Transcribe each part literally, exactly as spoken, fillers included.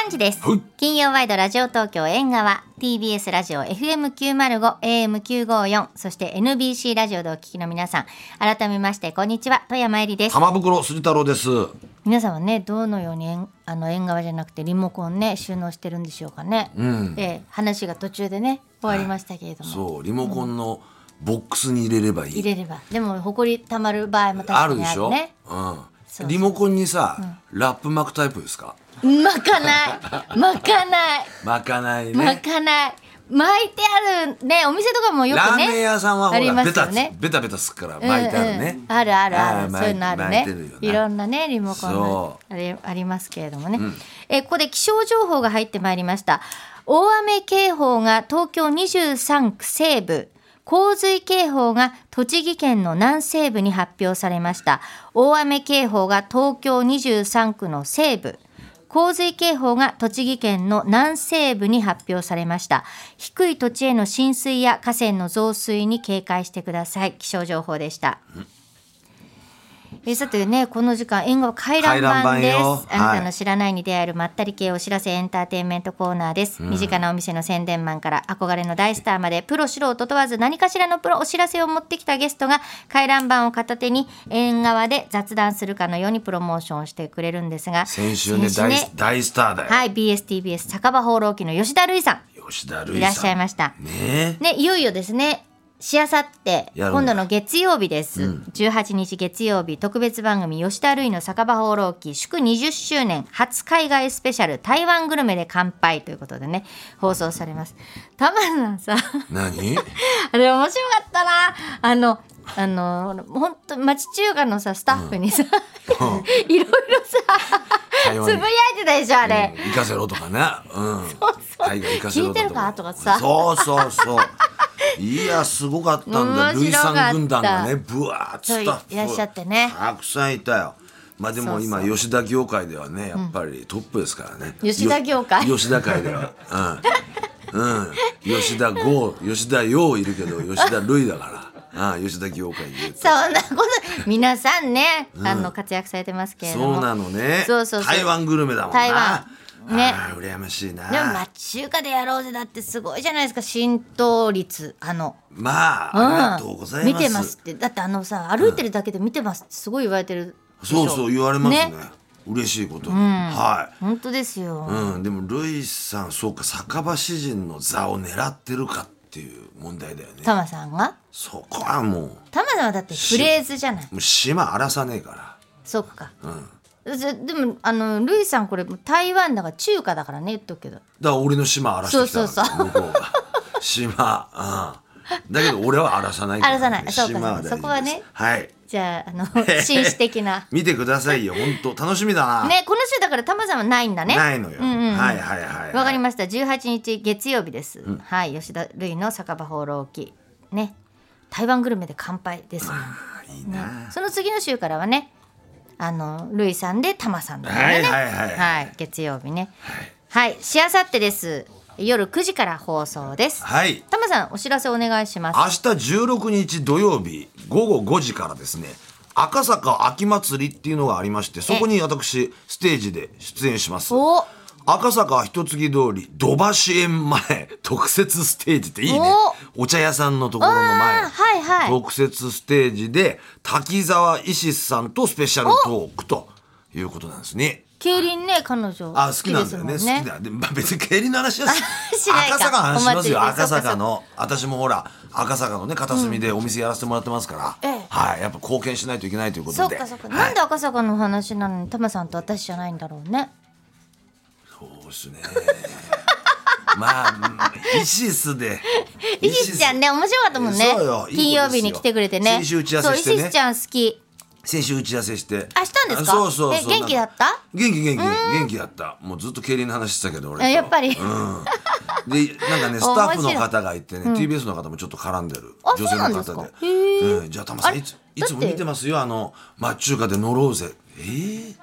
さんじです。金曜ワイドラジオ東京縁側 ティービーエス ラジオ エフエムきゅうまるご エーエムきゅうごよん そして エヌビーシー ラジオでお聞きの皆さん、改めましてこんにちは、富山えりです。 浜袋筋太郎です。 皆さんはね、どのように縁あの縁側じゃなくてリモコンね収納してるんでしょうかね、うん、えー、話が途中でね終わりましたけれども、 はい、そうリモコンのボックスに入れればいい、 入れれば。でもほこりたまる場合も確かにあるね。 あるでしょ、うん、そうそう、リモコンにさ、うん、ラップ巻くタイプですか？ 巻かない巻かない巻かないね。 巻かない。巻いてあるね、お店とかもよくね、 ラーメン屋さんはほら、ね、ベタベタベタすっから巻いてあるね、 うんうん、あるあるある、そういうのあるね。 いろんなねリモコンのあれありますけれどもね、うん、えここで気象情報が入ってまいりました。大雨警報が東京にじゅうさんく西部、洪水警報が栃木県の南西部に発表されました。大雨警報が東京にじゅうさんくの西部、洪水警報が栃木県の南西部に発表されました。低い土地への浸水や河川の増水に警戒してください。気象情報でした。えさてね、この時間縁側回覧版です。あなたの知らないに出会えるまったり系お知らせエンターテインメントコーナーです、うん、身近なお店の宣伝マンから憧れの大スターまで、プロ素人問わず何かしらのプロお知らせを持ってきたゲストが回覧版を片手に縁側で雑談するかのようにプロモーションをしてくれるんですが、 先週ね、大, 大スターだよ。 はい、 ビーエスティービーエス 酒場放浪記の吉田類さん、 吉田類さんいらっしゃいましたね, ね。いよいよですね、しあさって今度の月曜日です、うん、じゅうはちにち月曜日、特別番組吉田類の酒場放浪記祝にじゅっしゅうねん初海外スペシャル台湾グルメで乾杯ということでね放送されます。たまさんさ何あれ面白かったな。あのあの本当町中華のさスタッフにさ、うん、いろいろさつぶやいてたでしょあれ、 うん、行かせろとかね、うん、そうそう聞いてるかとかさ、 そうそうそういやすごかったんだ。類さん軍団がねブワーッスタッフいらっしゃってね、 たくさんいたよ。まあでも今そうそう吉田業界ではねやっぱりトップですからね、 うん、吉田業界吉田界ではうんうん吉田剛、吉田洋いるけど吉田類だからああ吉田業界で言うとそんなこと皆さんね、うん、あの活躍されてますけれども、 そうなのね。 そうそうそう、 台湾グルメだもんな。 台湾ね、 あ羨ましいな。 でも町中華でやろうぜだってすごいじゃないですか、浸透率。あのまあ、うん、ありがとうございます。 見てますって、だってあのさ歩いてるだけで見てますってすごい言われてるでしょ、 うん、そうそう言われますね、ね、嬉しいこと、うん、はい本当ですよ、 うん、でもルイさんそうか酒場詩人の座を狙ってるかっていう問題だよね。 タマさんがそこはもうタマさんはだってフレーズじゃない。 もう島荒らさねえから。 そっか、うんでもあのルイさんこれ台湾だから中華だからね言っとくけど、だから俺の島荒らしてきた。そうそうそう向こうが島、うん、だけど俺は荒らさないから、ね、 荒らさない。そうかそうか、そこはね。 はいじゃああの紳士的な見てくださいよ本当楽しみだなね。この週だからタマさんはないんだね。 ないのよ、うんうんうん、はいはいはい、はい、 わかりました。じゅうはちにち月曜日です、うん、はい吉田類の酒場放浪記ね、台湾グルメで乾杯ですもん、 いいな、 ね、その次の週からはねあのルイさんでタマさんだね、 はいはいはい、 はい、月曜日ね、はい、はい、しあさってです夜くじから放送です。 はい、 タマさんお知らせお願いします。 明日じゅうろくにち土曜日ごごごじからですね赤坂秋祭りっていうのがありまして、そこに私ステージで出演します。お赤坂一月通り土橋園前特設ステージっていいね。 お, お茶屋さんのところの前、 はいはい、 特設ステージで滝沢石さんとスペシャルトークということなんですね。 競輪ね彼女あ好きなんだよね。好きだで、まあ、別に競輪の話は赤坂の話しますよ。赤坂の私もほら赤坂のね片隅でお店やらせてもらってますから、うん、はい、やっぱ貢献しないといけないということで。 そっかそっか、 はい、 なんで赤坂の話なのにタマさんと私じゃないんだろうね。 そうですねまあイシスでイシスちゃんね面白かったもんね。そうよ、いい金曜日に来てくれてね。 先週打ち合わせしてね。 そうイシスちゃん好き。 先週打ち合わせしてあしたんですか。 そうそうそう。 え元気だった。 元気元気元気だった。もうずっと競輪の話してたけど俺とやっぱり、 うん、でなんかねスタッフの方がいてね、うん、ティービーエス の方もちょっと絡んでる女性の方で、うん、じゃあタマさんいついつも見てますよあの町中華で乗ろうぜ。えー、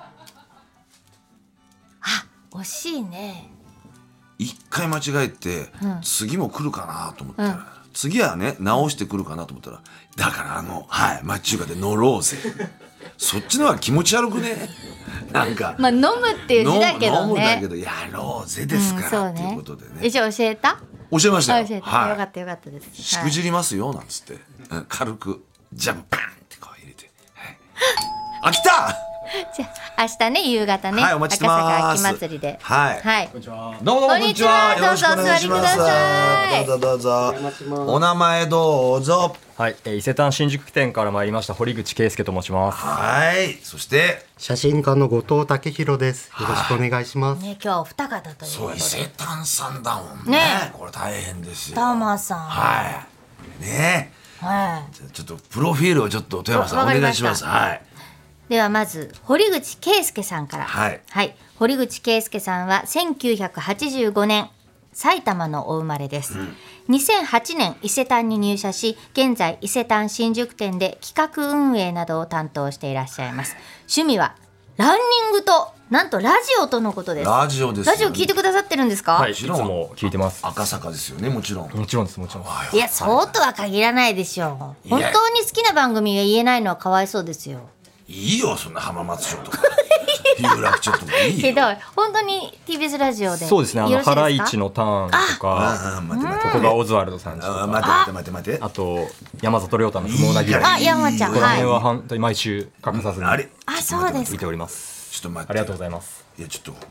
あ惜しいね。 一回間違えて、うん、次も来るかなと思ったら、うん、次はね直してくるかなと思ったらだからあのはい町中華で乗ろうぜそっちの方が気持ち悪くねなんかまあ飲むっていう字だけどね。 飲むだけどやろうぜですから、うん、っていうことでね。 一応教えた？ 教えましたよ。 教えた、はい、よかったよかったです。 しくじりますよなんつって、はい、軽くジャブパンってこう入れて、はい、あ、来た。 じゃあ明日ね、夕方ね、 はい、お待ちしてます。 赤坂秋祭りで、 はい、 はい、 こんにちは。どうもこんにちは。よろしくお願いします。どうぞどうぞ。お名前どうぞ。 はい、えー、伊勢丹新宿店から参りました堀口圭介と申します。 はい、そして写真家の後藤武弘です。よろしくお願いします。 ね、今日はお二方ということで。 そう、伊勢丹さんだもんね。ね、これ大変ですよ。 タマさん。 はい。ね。 はい。 じゃちょっとプロフィールをちょっと富山さんお願いします。はい。 ではまず堀口圭介さんから。 はい。 はい。堀口圭介さんはせんきゅうひゃくはちじゅうごねん埼玉のお生まれです。うん、にせんはちねん伊勢丹に入社し、現在伊勢丹新宿店で企画運営などを担当していらっしゃいます。趣味はランニングとなんとラジオとのことです。 ラジオです、ね、 ラジオ聞いてくださってるんですか？ はい、いつも聞いてます。 赤坂ですよね、もちろん。 もちろんです、もちろん。 いや、そうとは限らないでしょう。本当に好きな番組が言えないのはかわいそうですよ。 いいよ、そんな浜松町とか有楽町とかいいよ。 ひどい。本当に ティービーエス ラジオで。 そうですね、あのハライチのターンとか、ここがオズワルドさんとか、 待て待て待て待て、 あと山里亮太の不毛な議論、 あ、山ちゃん、 この辺は本当に毎週欠かさずにあれ、 あ、そうです、 見ております。 ちょっと待って、 ありがとうございます。 いや、ちょっと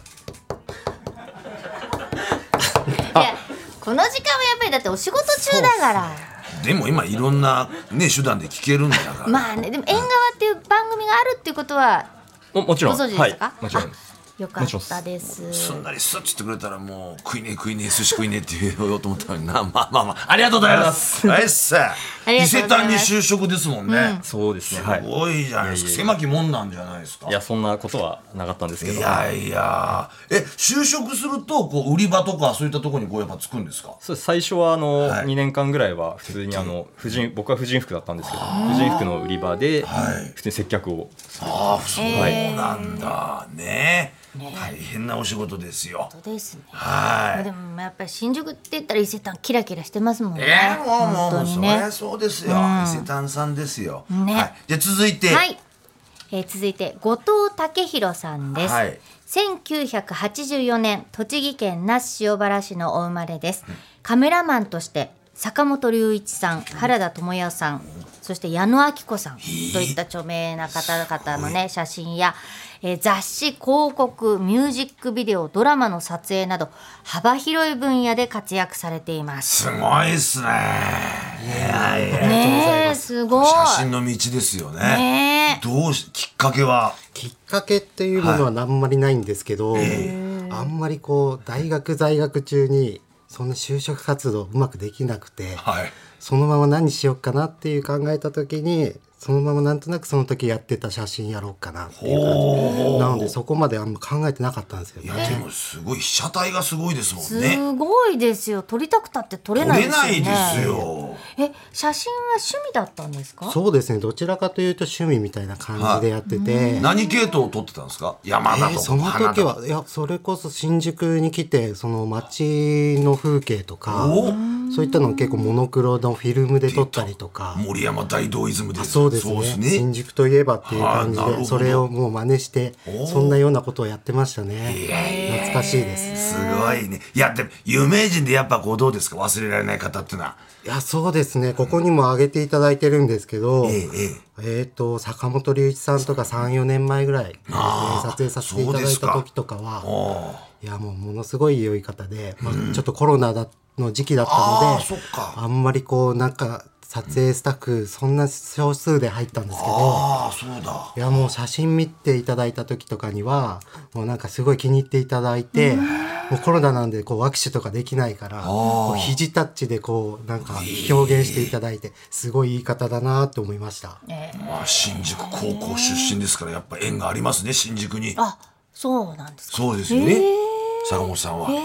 いや、この時間はやっぱりだってお仕事中だから。 でも今いろんなね手段で聞けるんだから。 まあね、でも縁側っていう番組があるっていうことはももちろんご存知ですか？ はい、もちろんです。 よかったです。 すんなりスッと言ってくれたらもう食いねえ食いねえ寿司食いねえって言おうと思ったのにな。まあまあまあ、ありがとうございます。はいっす。伊勢丹に就職ですもんね。 うん、そうですね。 すごいじゃないですか。狭きもんなんじゃないですか。 いや、そんなことはなかったんですけど。 いやいや、え、就職するとこう売り場とかそういったところにこうやっぱつくんですか？ そうです。最初はあの、 はい、 にねんかんぐらいは普通にあの婦人僕は婦人服だったんですけど、婦人服の売り場で普通に接客をする。 ああ、そうなんだね。ね、大変なお仕事ですよ。 本当ですね。 はい。 でもやっぱり新宿って言ったら伊勢丹キラキラしてますもんね。 えー、もうもうもう、そりね、 ゃそうですよ。うん、伊勢丹さんですよ。 ね。 はい、じゃあ続いて。 はい。えー、続いて後藤武弘さんです。はい。せんきゅうひゃくはちじゅうよねん栃木県那須塩原市のお生まれです。うん、カメラマンとして坂本龍一さん、原田知世さん、そして矢野明子さんといった著名な方々のね写真や、えー、雑誌、広告、ミュージックビデオ、ドラマの撮影など幅広い分野で活躍されています。 すごいですね。いやいや、 ねえ、すごい。 写真の道ですよね。ね、どうしきっかけは？ きっかけっていうものはあんまりないんですけど、はい、あんまりこう大学在学中にそんな就職活動うまくできなくて、はい、そのまま何しようかなっていう考えた時にそのままなんとなくその時やってた写真やろうかなっていう感じなので、そこまであんま考えてなかったんですよね。 いやでもすごい被写体がすごいですもんね。 すごいですよ。撮りたくたって撮れないですよね。 撮れないですよ。 え、写真は趣味だったんですか？ そうですね、どちらかというと趣味みたいな感じでやってて、はい、 何系統を撮ってたんですか？山田とか、えー、 その時はいやそれこそ新宿に来てその街の風景とかそういったのを結構モノクロのフィルムで撮ったりとか。 森山大道イズムです。 そうですね。そうですね、新宿といえばっていう感じでそれをもう真似してそんなようなことをやってましたね。懐かしいです。 すごいね。いやでも有名人でやっぱこうどうですか？忘れられない方っていうのは。 いやそうですね、ここにも挙げていただいてるんですけど、えー、えー、と坂本龍一さんとか さん,よ 年前ぐらい、ね、撮影させていただいた時とかはいやもうものすごい良い方で、まあ、ちょっとコロナの時期だったので あ, あんまりこうなんか撮影スタッフそんな少数で入ったんですけど、 あそうだ、 いやもう写真見ていただいた時とかにはもうなんかすごい気に入っていただいて、もうコロナなんでこう握手とかできないからこう肘タッチでこうなんか表現していただいてすごいいい方だなと思いました。 えーまあ、新宿高校出身ですからやっぱ縁がありますね、新宿に。 あ、そうなんですか。 そうですよね、えー、坂本さんは。はい。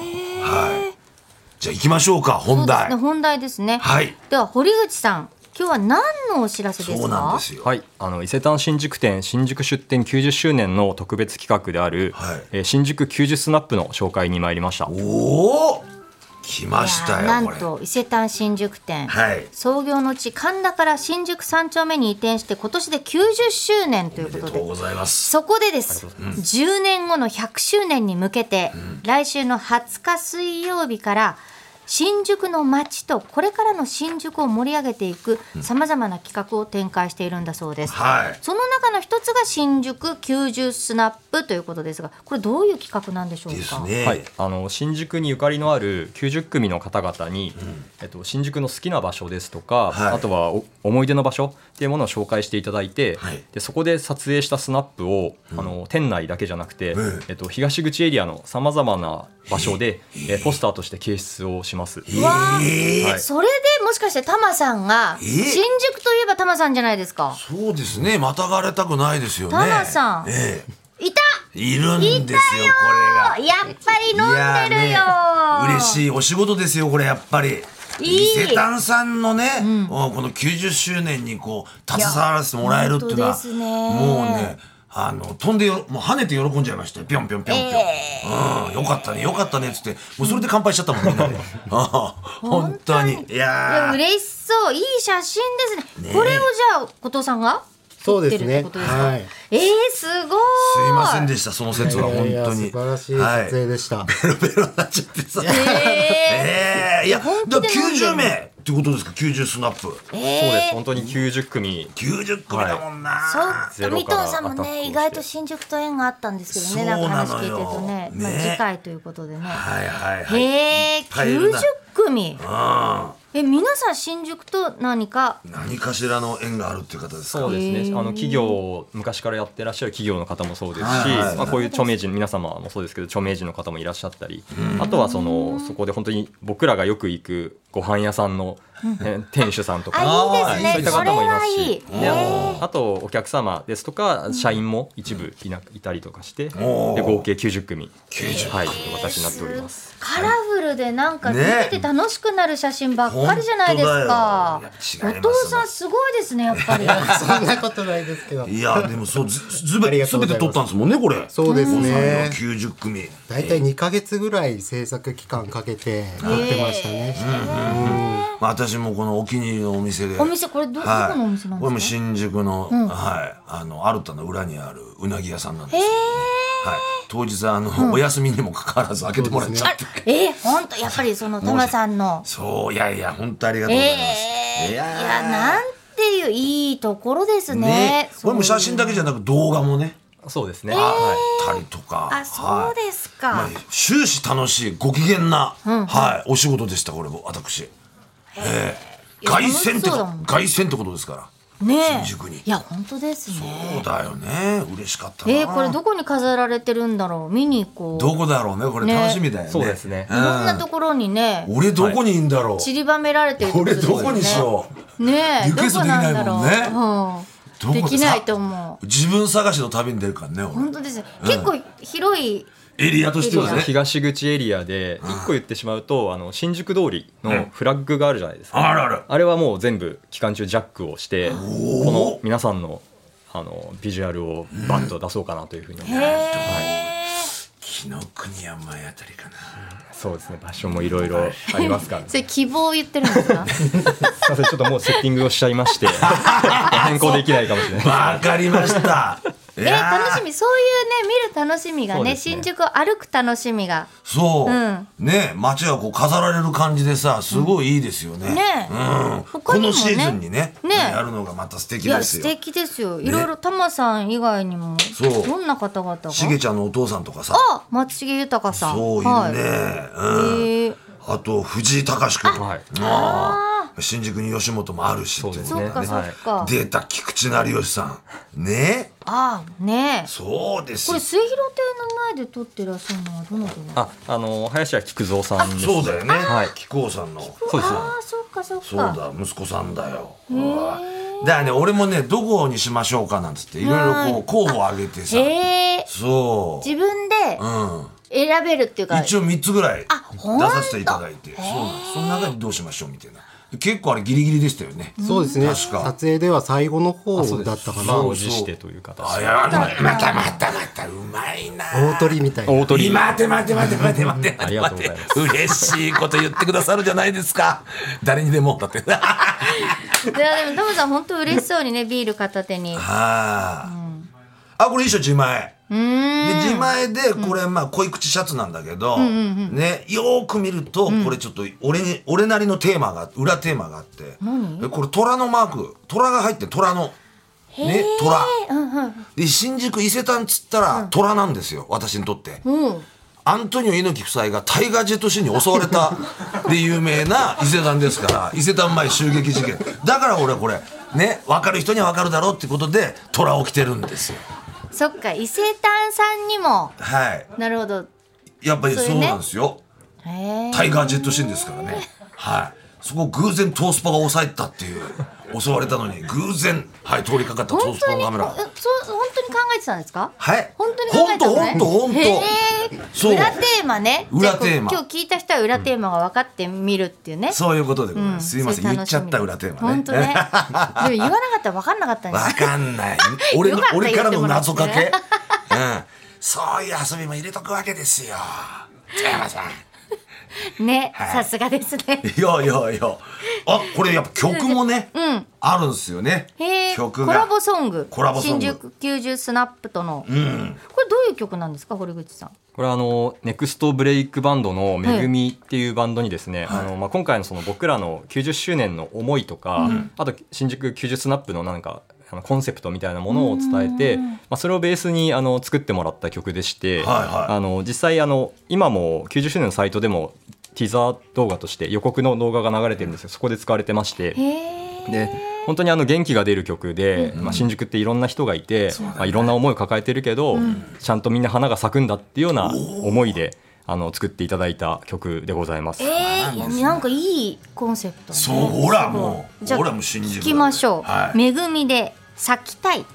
じゃあ行きましょうか、本題。 そうですね、本題ですね。はい。では堀口さん、今日は何のお知らせですか？ そうなんですよ。 はい、あの伊勢丹新宿店新宿出店きゅうじゅっしゅうねんの特別企画である、はい、えー、新宿きゅうじゅうスナップの紹介に参りました。 おお、 来ましたよ。 なんと伊勢丹新宿店、 はい、 創業の地神田から新宿三丁目に移転して今年できゅうじゅっしゅうねんということで、 おめでとうございます。 そこでです、じゅうねんごのひゃくしゅうねんに向けて、うん、来週のはつか水曜日から新宿の街とこれからの新宿を盛り上げていくさまざまな企画を展開しているんだそうです、 はい、 その中の一つが新宿きゅうじゅうスナップということですが、これどういう企画なんでしょうか。 ですね、 はい、あの新宿にゆかりのあるきゅうじゅっくみの方々に、うん、えっと、新宿の好きな場所ですとか、はい、あとはお思い出の場所っていうものを紹介していただいて、はい、でそこで撮影したスナップを、うん、あの店内だけじゃなくて、うん、えっと、東口エリアのさまざまな場所で、えー、ポスターとして掲出をします。 わー、はい、それでもしかしてタマさんが、新宿といえばタマさんじゃないですか。 そうですね、またがれたくないですよね。 タマさん、えー、いたいるんですよ、これが。 やっぱり飲んでるよ、 ね、嬉しいお仕事ですよ、これやっぱり。伊勢丹さんのね、うん、このきゅうじゅっしゅうねんにこう携わらせてもらえるっていうのは、ね、もうね、あの飛んでよ、もう跳ねて喜んじゃいましたよ。ぴょんぴょんぴょんぴょん、えー、うん、よかったねよかったねっつって、もうそれで乾杯しちゃったもん、みんなで本当に。いやー、嬉しそう、いい写真ですね。ね、これをじゃあ後藤さんが撮ってるってことですか。はい、えー、すごい。 すいませんでした、その説は。本当にいやいや素晴らしい撮影でした、 はい、ベロベロになっちゃってさ、えー、えー、いやだからきゅうじゅうめいってことですか、きゅうじゅうスナップ、 えー、そうです、本当にきゅうじゅっくみきゅうじゅっくみだもんな、 はい、そう、三藤さんもね意外と新宿と縁があったんですけどね、なんか話聞いてるとね、まあ、次回ということでね、 はいはいはい、 へえ、きゅうじゅっくみ、え、皆さん新宿と何か何かしらの縁があるっていう方ですか。 そうですね、あの企業を昔からやってらっしゃる企業の方もそうですし、はいはい、まあ、こういう著名人、皆様もそうですけど著名人の方もいらっしゃったり、あとはそのそこで本当に僕らがよく行くご飯屋さんの、ね、店主さんとか、 あ、いいですね、 そういった方もいますし、 いいで、あと、あとお客様ですとか社員も一部いな、いたりとかして、で合計きゅうじゅっくみ、はい、私になっております。 カラフルでなんか見てて楽しくなる写真ばっかりじゃないですか。後藤さんすごいですね、やっぱり。 そんなことないですけど。 いやでもそう、ずずべて撮ったんですもんね、これ。 そうですね。 きゅうじゅっくみ。 だいたいにかげつぐらい制作期間かけて撮ってましたね。 私もこのお気に入りのお店で。 お店、これ ど, はい、どこのお店なんですか。 これも新宿の、うん、はい、あのアルタの裏にあるうなぎ屋さんなんですけどね。はい、当日あの、うん、お休みにもかかわらず開けてもらっちゃって、 ね、えー、本当やっぱりそのタマさんのそう、いやいや本当ありがとうございます、 えー、いやいや、なんていういいところですね。ね、 これも写真だけじゃなく動画もね、 そうですね、 あったりとか、 あ、そうですか、はい、 まあ、終始楽しいご機嫌な、うん、はい、お仕事でした、これも私、えー、凱旋って凱旋ってことですからね、新宿に。 いや本当ですね。 そうだよね、嬉しかったな。 えー、これどこに飾られてるんだろう、見に行こう。 どこだろうね、これ楽しみだよね。 そうですね、 いろんなところにね、 俺どこにいんだろう、 散りばめられてるってことですよね。 俺どこにしようね、 リクエストできないもんね、 うん、できないと思う。 自分探しの旅に出るからね、俺。 本当ですよ、うん、結構広いエリアとしてはね、 東口エリアでいっこ言ってしまうと、あの新宿通りのフラッグがあるじゃないですか、 うん、あるある。あれはもう全部期間中ジャックをして、この皆さんのあのビジュアルをバッと出そうかなというふうに思います、うん、はい、 紀ノ国屋前あたりかな、 そうですね、場所もいろいろありますから、ね、 それ希望を言ってるんですか。すいません、ちょっともうセッティングをしちゃいまして変更できないかもしれない。 わかりましたえー、楽しみ、そういうね、見る楽しみが ね, ね新宿を歩く楽しみが、 そう、うん、ね、街がこう飾られる感じでさ、すごいいいですよね、うん、ね、うん、このシーズンに ね, ねやるのがまた素敵ですよ。 いや素敵ですよ、いろいろタマさん以外にも、そうどんな方々が、 しげちゃんのお父さんとかさ、 あ、松重豊さん、 そういるね、はい、うん、えー、あと藤井隆君、ああ新宿に吉本もあるし、 そうですね、そっかそっか、 出た菊池成吉さんね、 ああね、 そうです。 これ末広亭の前で撮ってらっしゃるのはどの子なの？ あ、あの林家木久蔵さんです。 そうだよね、はい、木久扇さんの、 そうです。 ああ、そっかそっか、 そうだ、息子さんだよ。だからね、俺もね、どこにしましょうかなんつっていろいろこう候補を挙げてさ、そう自分で、うん、選べるっていうか、 一応みっつぐらい出させていただいて、そうなんです。その中にどうしましょうみたいな結構あれギリギリでしたよね。 そうですね。 確か撮影では最後の方だったかな。 満を持してという形で。 あ、いや、またまたまたうまいな。 大鳥みたいな。 大鳥。 待て待て待て待て待て待て。 ありがとうございます。 嬉しいこと言ってくださるじゃないですか。誰にでもだって。いやでもタモさん本当嬉しそうにね、ビール片手に。 はあ。あ、これ一緒自前。で自前でこれまあ濃い口シャツなんだけど、ね、よーく見るとこれちょっと俺に俺なりのテーマが裏テーマがあって、でこれ虎のマーク、虎が入って虎のね、虎で新宿伊勢丹っつったら虎なんですよ、私にとって。アントニオ猪木夫妻がタイガージェットシーンに襲われたで有名な伊勢丹ですから、伊勢丹前襲撃事件だから俺これね、分かる人には分かるだろうってことで虎を着てるんですよ。 そっか、伊勢丹さんにも。 はい。 なるほど。 やっぱりそうなんですよ。 へー、 タイガージェットシーンですからね。はい。そこを偶然トースパが抑えたっていう、襲われたのに偶然、はい、通りかかったトースパのカメラ。 本当に、そう本当に考えてたんですか？ はい。 本当に考えてたのね。 本当本当本当。 裏テーマね。 裏テーマ。 今日聞いた人は裏テーマが分かってみるっていうね。 そういうことでございます。すいません、言っちゃった裏テーマね。 本当ね。でも言わなかったら分かんなかったんです。 分かんない。俺の俺からの謎かけ。うん。そういう遊びも入れとくわけですよ。茶山さん。 ね、さすがですね。 いやいやいや、あ、これやっぱ曲もね、あるんですよね。曲がコラボソング。 コラボソング。 新宿きゅうじゅうスナップとの。これどういう曲なんですか、堀口さん。 これはあのネクストブレイクバンドのめぐみっていうバンドにですね、あのまあ今回のその僕らのきゅうじゅっしゅうねんの思いとか、あと新宿きゅうじゅうスナップのなんかあのコンセプトみたいなものを伝えて、まあそれをベースにあの作ってもらった曲でして、あの実際あの今もきゅうじゅっしゅうねんのサイトでもティザー動画として予告の動画が流れてるんですよ。そこで使われてまして、で本当にあの元気が出る曲で、まあ、新宿っていろんな人がいて、まあ、いろんな思いを抱えてるけど、ちゃんとみんな花が咲くんだっていうような思いであの作っていただいた曲でございます。 えー、なんかいいコンセプト、ね、 そう、ほらもう、ほらもう新宿聞きましょう、 はい、 めぐみで咲きたい。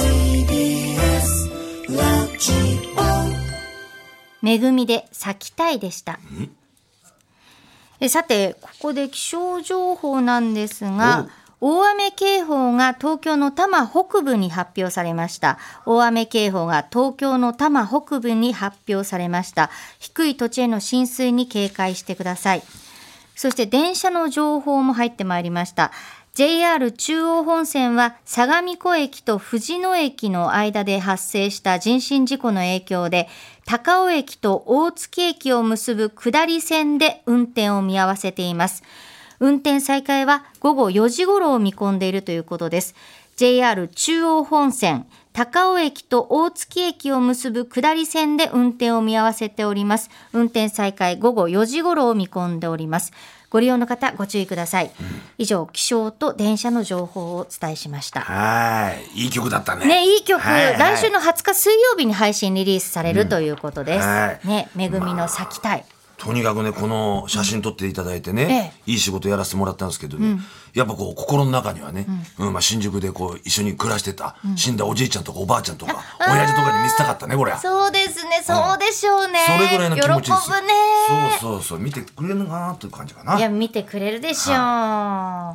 めぐみで咲きたいでした。えさてここで気象情報なんですが、大雨警報が東京の多摩北部に発表されました。大雨警報が東京の多摩北部に発表されました。低い土地への浸水に警戒してください。そして電車の情報も入ってまいりました。ジェイアール 中央本線は相模湖駅と藤野駅の間で発生した人身事故の影響で、高尾駅と大月駅を結ぶ下り線で運転を見合わせています。運転再開はごごよじ頃を見込んでいるということです。ジェイアール 中央本線、高尾駅と大月駅を結ぶ下り線で運転を見合わせております。運転再開ごごよじ頃を見込んでおります。ご利用の方ご注意ください、うん、以上気象と電車の情報をお伝えしました。 はい、いい曲だったね。 ね、いい曲、はいはい、来週のはつか水曜日に配信リリースされる、うん、ということです、はい、ね、めぐみの咲きたい、まあとにかくね、この写真撮っていただいてね、ええ、いい仕事やらせてもらったんですけどね、うん、やっぱこう心の中にはね、うんうん、まあ、新宿でこう一緒に暮らしてた、うん、死んだおじいちゃんとかおばあちゃんとか親父とかに見せたかったね、これ。 そうですね、そうでしょうね、 うん、それぐらいの気持ちですよ。 喜ぶね。 そうそうそう、見てくれるのかなという感じかな。 いや、見てくれるでしょう、はい、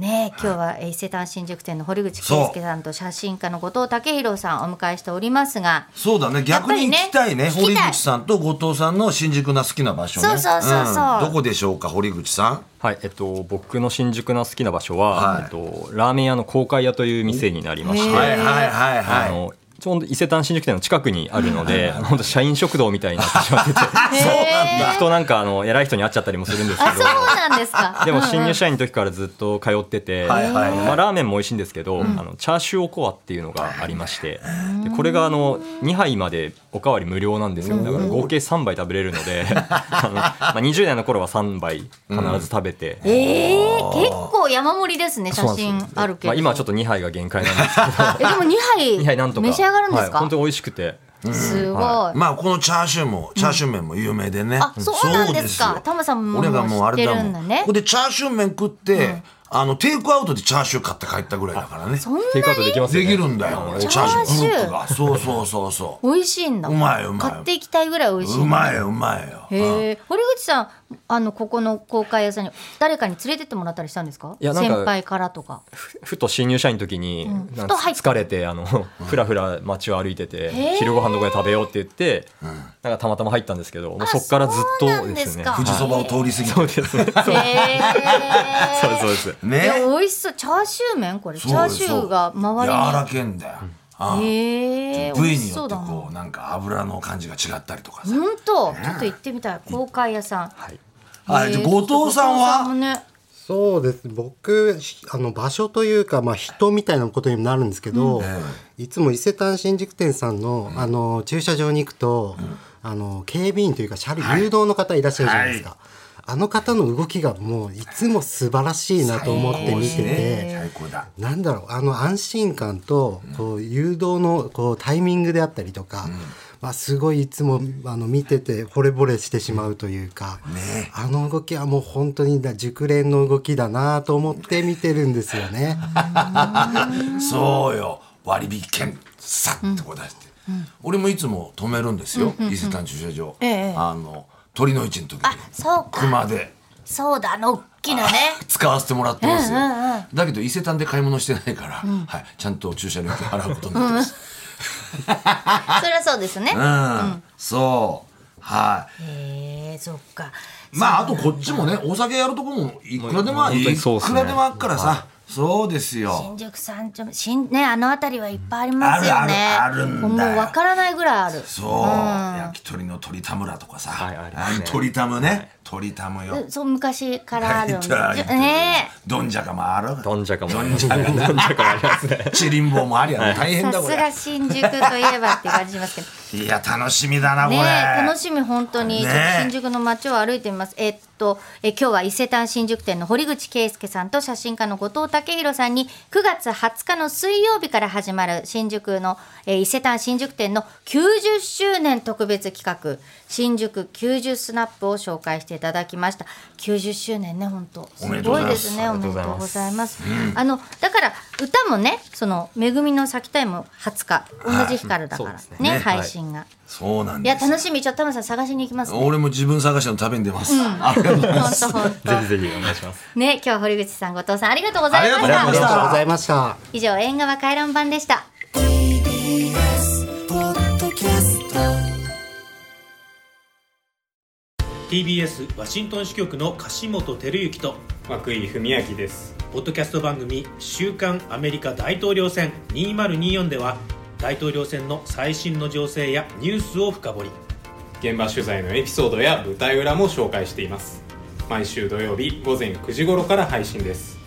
ね、今日は伊勢丹新宿店の堀口圭介さんと写真家の後藤武宏さんをお迎えしておりますが、 そうだね、逆に聞きたいね、堀口さんと後藤さんの新宿な好きな場所ね。 そうそうそうそう、 うん、どこでしょうか、堀口さん。 はい、えっと、僕の新宿の好きな場所は、はい、えっと、ラーメン屋の公会屋という店になりまして、 はいはいはいはい、 あのちょうど伊勢丹新宿店の近くにあるので、本当社員食堂みたいになってしまってて、そう行くとなんかあの偉い人に会っちゃったりもするんですけど、 あ、そうなんですか。 でも新入社員の時からずっと通ってて、まあ、ラーメンも美味しいんですけど、うん、あのチャーシューおこわっていうのがありまして、でこれがあのにはいまでおかわり無料なんですよ。だから合計さんばい食べれるのであの、まあ、にじゅう代の頃はさんばい必ず食べて、 うん、えー、結構山盛りですね。写真あるけど、まあ、 今はちょっとにはいが限界なんですけどえでもにはいにはいなんとか召し上がるんですか。 はい、本当に美味しくて、 うん、 すごい、 はい、まあこのチャーシューもチャーシュー麺も有名でね、うん、 あ、そうなんですか。タマさんも知ってるんだね。 ここでチャーシュー麺食って、うん、あのテイクアウトでチャーシュー買って帰ったぐらいだからね。 そんなにテイクアウトできますよね。 できるんだよ、チャーシューブロックが。そうそうそうそう。 美味しいんだ。 うまいうまい。 買っていきたいぐらい美味しい。 うまいうまいよ。 へえ、堀口さんあのここの公開屋さんに誰かに連れてってもらったりしたんですか？ いやなんか先輩からとか。 ふ, ふと新入社員の時に、 うんなんか疲れてあのふらふら街を歩いてて、昼ご飯どこで食べようって言って、うん、なんかたまたま入ったんですけど、もうそこからずっとですね。 富士そばを通り過ぎて。 そうですね。そうですそうです。 ね。 いや美味しそう。チャーシュー麺これチャーシューが周りに柔らけんだよ。ああへー部位によってこうなんか油の感じが違ったりとかさ。 本当、ね、ちょっと行ってみたい公開屋さん。 はい。はい、後藤さんは、 ね、 そうです僕あの場所というか、まあ、人みたいなことになるんですけど、うん、いつも伊勢丹新宿店さん の,、うん、あの駐車場に行くと、うん、あの警備員というか車両誘導の方いらっしゃるじゃないですか、はいはい、あの方の動きがもういつも素晴らしいなと思って見てて、なんだろうあの安心感とこう誘導のこうタイミングであったりとか、うんまあ、すごいいつもあの見てて惚れ惚れしてしまうというか、ね、あの動きはもう本当に熟練の動きだなと思って見てるんですよね。 そうよ割引券さっとこう出して、うんうん、俺もいつも止めるんですよ、うんうんうん、伊勢丹駐車場、ええ、あの鳥の市の時に熊でそうだあの大きなね使わせてもらってますよ、うんうんうん、だけど伊勢丹で買い物してないから、うんはい、ちゃんと駐車料金払うことになってます、うんそれはそうですね、 うんうん、そうはいへえそっかまああとこっちもねお酒やるとこもいくらでもいくらでもあっからさ、はいそうですよ新宿三丁目新ねあの辺りはいっぱいありますよねあるあるあるんだよもう分からないぐらいあるそう、うん、焼き鳥の鳥田村とかさ、はい、ありますね、鳥田ムね、はい、鳥田ムよそう昔からあるんでねどんじゃかもあるどんじゃかもどんじゃかもどんじゃかもありますねちりんぼうもありゃ大変だこれさすが新宿といえばっていう感じしますけどいや楽しみだなこれ、 ね、楽しみ本当に、ね、ちょっと新宿の街を歩いてみますえっとえ今日は伊勢丹新宿店の堀口圭介さんと写真家の後藤武弘さんにくがつはつかの水曜日から始まる新宿の、えー、伊勢丹新宿店のきゅうじゅっしゅうねん特別企画新宿きゅうじゅうスナップを紹介していただきましたきゅうじゅっしゅうねんね本当すごいですねおめでとうございます、うん、あのだから歌もねそのめぐみの咲きタイムはつか同じ日からだから、はい、ね、ね、配信が、はい、 そうなんです。 いや楽しみちょっとタムさん探しに行きますね俺も自分探しの旅に出ます、うん、ありがとうございますぜひぜひお願いしますね今日は堀口さん後藤さんありがとうございましたありがとうございました以上縁側回覧版でした。 ティービーエス ポッドキャストティービーエス ワシントン支局の樫本照之と涌井文明です。 ポッドキャスト番組週刊アメリカ大統領選にせんにじゅうよんでは大統領選の最新の情勢やニュースを深掘り現場取材のエピソードや舞台裏も紹介しています。毎週土曜日午前くじ頃から配信です。